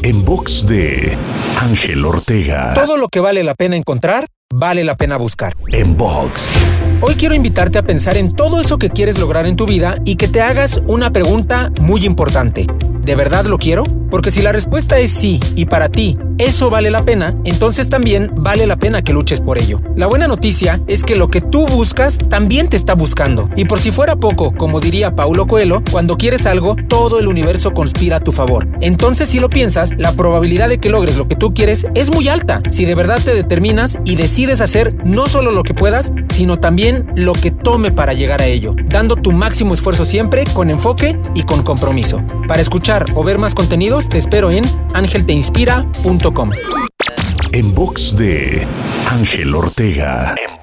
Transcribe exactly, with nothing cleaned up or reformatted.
En box de Ángel Ortega. Todo lo que vale la pena encontrar, vale la pena buscar. En box. Hoy quiero invitarte a pensar en todo eso que quieres lograr en tu vida y que te hagas una pregunta muy importante. ¿De verdad lo quiero? Porque si la respuesta es sí y para ti eso vale la pena, entonces también vale la pena que luches por ello. La buena noticia es que lo que tú buscas también te está buscando. Y por si fuera poco, como diría Paulo Coelho, cuando quieres algo, todo el universo conspira a tu favor. Entonces, si lo piensas, la probabilidad de que logres lo que tú quieres es muy alta. Si de verdad te determinas y decides hacer no solo lo que puedas, sino también lo que tome para llegar a ello, dando tu máximo esfuerzo siempre con enfoque y con compromiso. Para escuchar o ver más contenidos, te espero en ángel te inspira punto com. En box de Ángel Ortega. En